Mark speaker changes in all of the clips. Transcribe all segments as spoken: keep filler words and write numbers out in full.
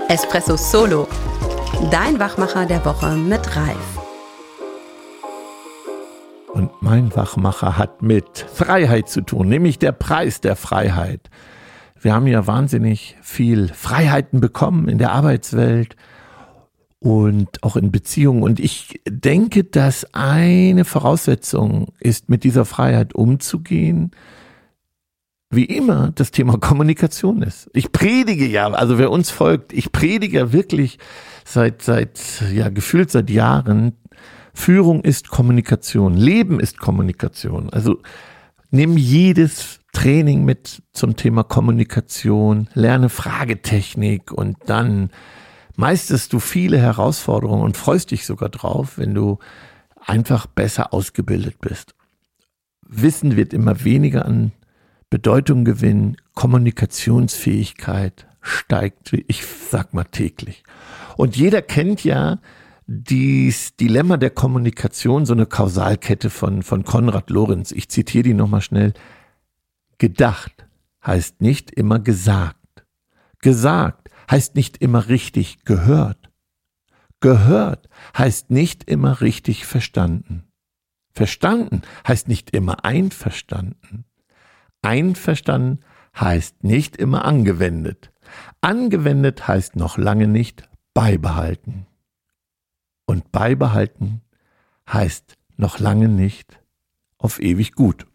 Speaker 1: Espresso Solo, dein Wachmacher der Woche mit Ralf.
Speaker 2: Und mein Wachmacher hat mit Freiheit zu tun, nämlich der Preis der Freiheit. Wir haben ja wahnsinnig viel Freiheiten bekommen in der Arbeitswelt und auch in Beziehungen. Und ich denke, dass eine Voraussetzung ist, mit dieser Freiheit umzugehen, wie immer das Thema Kommunikation ist. Ich predige ja, also wer uns folgt, ich predige ja wirklich seit, seit, ja, gefühlt seit Jahren, Führung ist Kommunikation, Leben ist Kommunikation. Also nimm jedes Training mit zum Thema Kommunikation, lerne Fragetechnik und dann meisterst du viele Herausforderungen und freust dich sogar drauf, wenn du einfach besser ausgebildet bist. Wissen wird immer weniger an Bedeutung gewinnen, Kommunikationsfähigkeit steigt, ich sag mal täglich. Und jeder kennt ja dieses Dilemma der Kommunikation, so eine Kausalkette von, von Konrad Lorenz. Ich zitiere die nochmal schnell. Gedacht heißt nicht immer gesagt. Gesagt heißt nicht immer richtig gehört. Gehört heißt nicht immer richtig verstanden. Verstanden heißt nicht immer einverstanden. Einverstanden heißt nicht immer angewendet. Angewendet heißt noch lange nicht beibehalten. Und beibehalten heißt noch lange nicht auf ewig gut.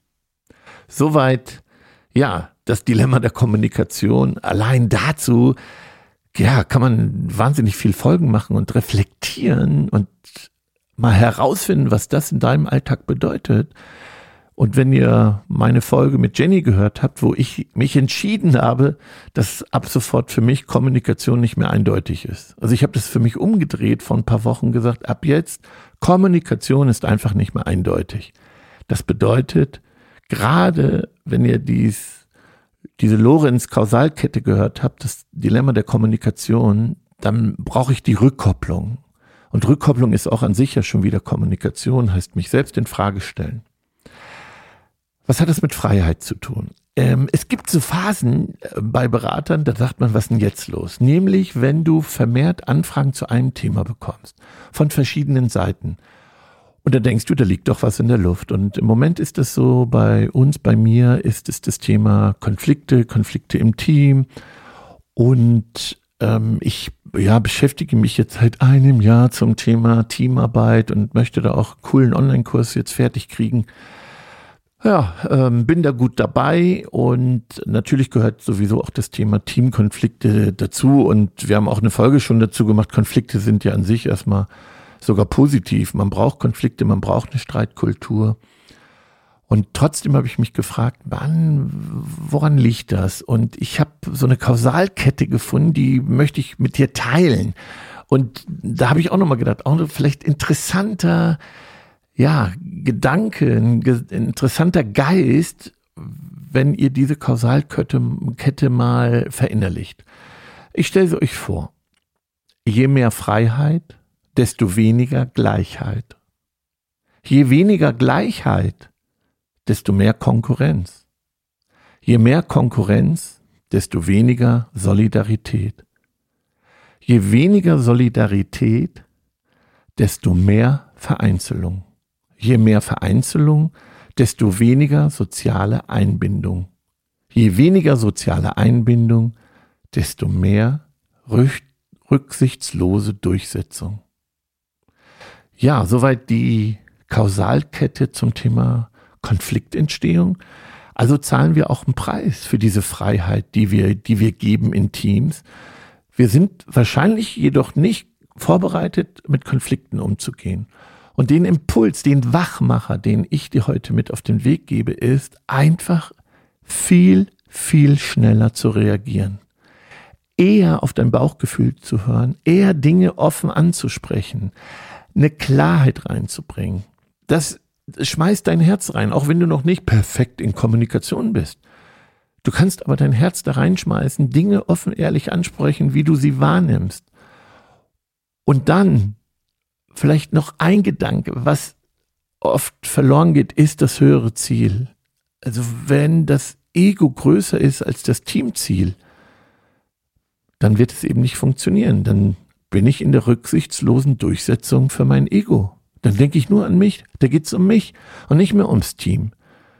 Speaker 2: Soweit, ja, das Dilemma der Kommunikation. Allein dazu, ja, kann man wahnsinnig viel Folgen machen und reflektieren und mal herausfinden, was das in deinem Alltag bedeutet. Und wenn ihr meine Folge mit Jenny gehört habt, wo ich mich entschieden habe, dass ab sofort für mich Kommunikation nicht mehr eindeutig ist. Also ich habe das für mich umgedreht, vor ein paar Wochen gesagt, ab jetzt, Kommunikation ist einfach nicht mehr eindeutig. Das bedeutet, gerade wenn ihr dies, diese Lorenz-Kausalkette gehört habt, das Dilemma der Kommunikation, dann brauche ich die Rückkopplung. Und Rückkopplung ist auch an sich ja schon wieder Kommunikation, heißt mich selbst in Frage stellen. Was hat das mit Freiheit zu tun? Ähm, es gibt so Phasen bei Beratern, da sagt man, was ist denn jetzt los? Nämlich, wenn du vermehrt Anfragen zu einem Thema bekommst, von verschiedenen Seiten. Und da denkst du, da liegt doch was in der Luft. Und im Moment ist das so, bei uns, bei mir ist es das Thema Konflikte, Konflikte im Team. Und ähm, ich ja, beschäftige mich jetzt seit einem Jahr zum Thema Teamarbeit und möchte da auch einen coolen Online-Kurs jetzt fertig kriegen. Ja, ähm, bin da gut dabei und natürlich gehört sowieso auch das Thema Teamkonflikte dazu und wir haben auch eine Folge schon dazu gemacht. Konflikte sind ja an sich erstmal sogar positiv. Man braucht Konflikte, man braucht eine Streitkultur. Und trotzdem habe ich mich gefragt, wann, woran liegt das? Und ich habe so eine Kausalkette gefunden, die möchte ich mit dir teilen. Und da habe ich auch nochmal gedacht, auch vielleicht interessanter Ja, Gedanke, ein ge- interessanter Geist, wenn ihr diese Kausalkette Kette mal verinnerlicht. Ich stelle sie euch vor. Je mehr Freiheit, desto weniger Gleichheit. Je weniger Gleichheit, desto mehr Konkurrenz. Je mehr Konkurrenz, desto weniger Solidarität. Je weniger Solidarität, desto mehr Vereinzelung. Je mehr Vereinzelung, desto weniger soziale Einbindung. Je weniger soziale Einbindung, desto mehr rück- rücksichtslose Durchsetzung. Ja, soweit die Kausalkette zum Thema Konfliktentstehung. Also zahlen wir auch einen Preis für diese Freiheit, die wir, die wir geben in Teams. Wir sind wahrscheinlich jedoch nicht vorbereitet, mit Konflikten umzugehen. Und den Impuls, den Wachmacher, den ich dir heute mit auf den Weg gebe, ist einfach viel, viel schneller zu reagieren. Eher auf dein Bauchgefühl zu hören, eher Dinge offen anzusprechen, eine Klarheit reinzubringen. Das schmeißt dein Herz rein, auch wenn du noch nicht perfekt in Kommunikation bist. Du kannst aber dein Herz da reinschmeißen, Dinge offen, ehrlich ansprechen, wie du sie wahrnimmst. Und dann vielleicht noch ein Gedanke, was oft verloren geht, ist das höhere Ziel. Also wenn das Ego größer ist als das Teamziel, dann wird es eben nicht funktionieren. Dann bin ich in der rücksichtslosen Durchsetzung für mein Ego. Dann denke ich nur an mich, da geht es um mich und nicht mehr ums Team.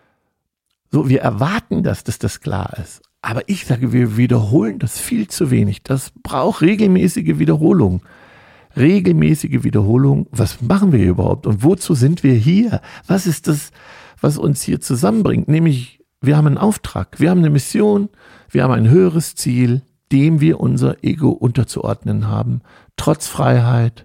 Speaker 2: So, wir erwarten das, dass das klar ist. Aber ich sage, wir wiederholen das viel zu wenig. Das braucht regelmäßige Wiederholung. Regelmäßige Wiederholung. Was machen wir hier überhaupt? Und wozu sind wir hier? Was ist das, was uns hier zusammenbringt? Nämlich, wir haben einen Auftrag, wir haben eine Mission, wir haben ein höheres Ziel, dem wir unser Ego unterzuordnen haben, trotz Freiheit.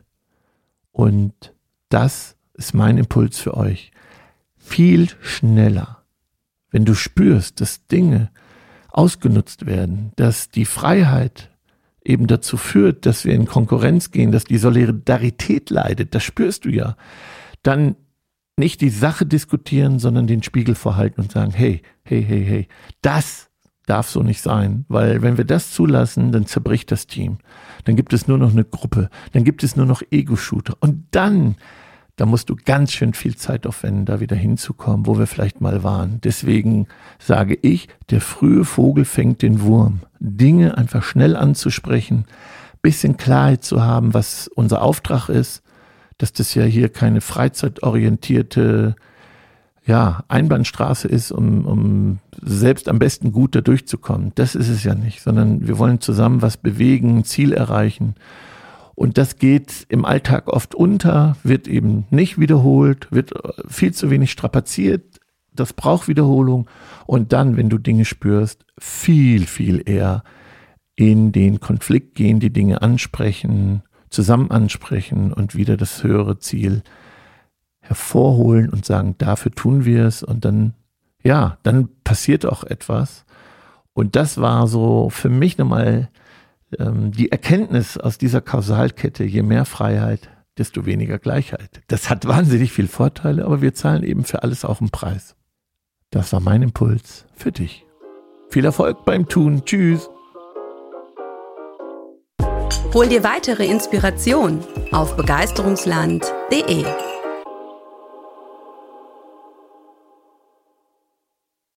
Speaker 2: Und das ist mein Impuls für euch. Viel schneller, wenn du spürst, dass Dinge ausgenutzt werden, dass die Freiheit eben dazu führt, dass wir in Konkurrenz gehen, dass die Solidarität leidet, das spürst du ja, dann nicht die Sache diskutieren, sondern den Spiegel vorhalten und sagen, hey, hey, hey, hey, das darf so nicht sein, weil wenn wir das zulassen, dann zerbricht das Team. Dann gibt es nur noch eine Gruppe, dann gibt es nur noch Ego-Shooter und dann, da musst du ganz schön viel Zeit aufwenden, da wieder hinzukommen, wo wir vielleicht mal waren. Deswegen sage ich, der frühe Vogel fängt den Wurm. Dinge einfach schnell anzusprechen, bisschen Klarheit zu haben, was unser Auftrag ist, dass das ja hier keine freizeitorientierte ja, Einbahnstraße ist, um, um selbst am besten gut da durchzukommen. Das ist es ja nicht, sondern wir wollen zusammen was bewegen, ein Ziel erreichen. Und das geht im Alltag oft unter, wird eben nicht wiederholt, wird viel zu wenig strapaziert. Das braucht Wiederholung. Und dann, wenn du Dinge spürst, viel, viel eher in den Konflikt gehen, die Dinge ansprechen, zusammen ansprechen und wieder das höhere Ziel hervorholen und sagen, dafür tun wir es. Und dann, ja, dann passiert auch etwas. Und das war so für mich nochmal die Erkenntnis aus dieser Kausalkette, je mehr Freiheit, desto weniger Gleichheit. Das hat wahnsinnig viele Vorteile, aber wir zahlen eben für alles auch einen Preis. Das war mein Impuls für dich. Viel Erfolg beim Tun. Tschüss.
Speaker 1: Hol dir weitere Inspiration auf begeisterungsland punkt de.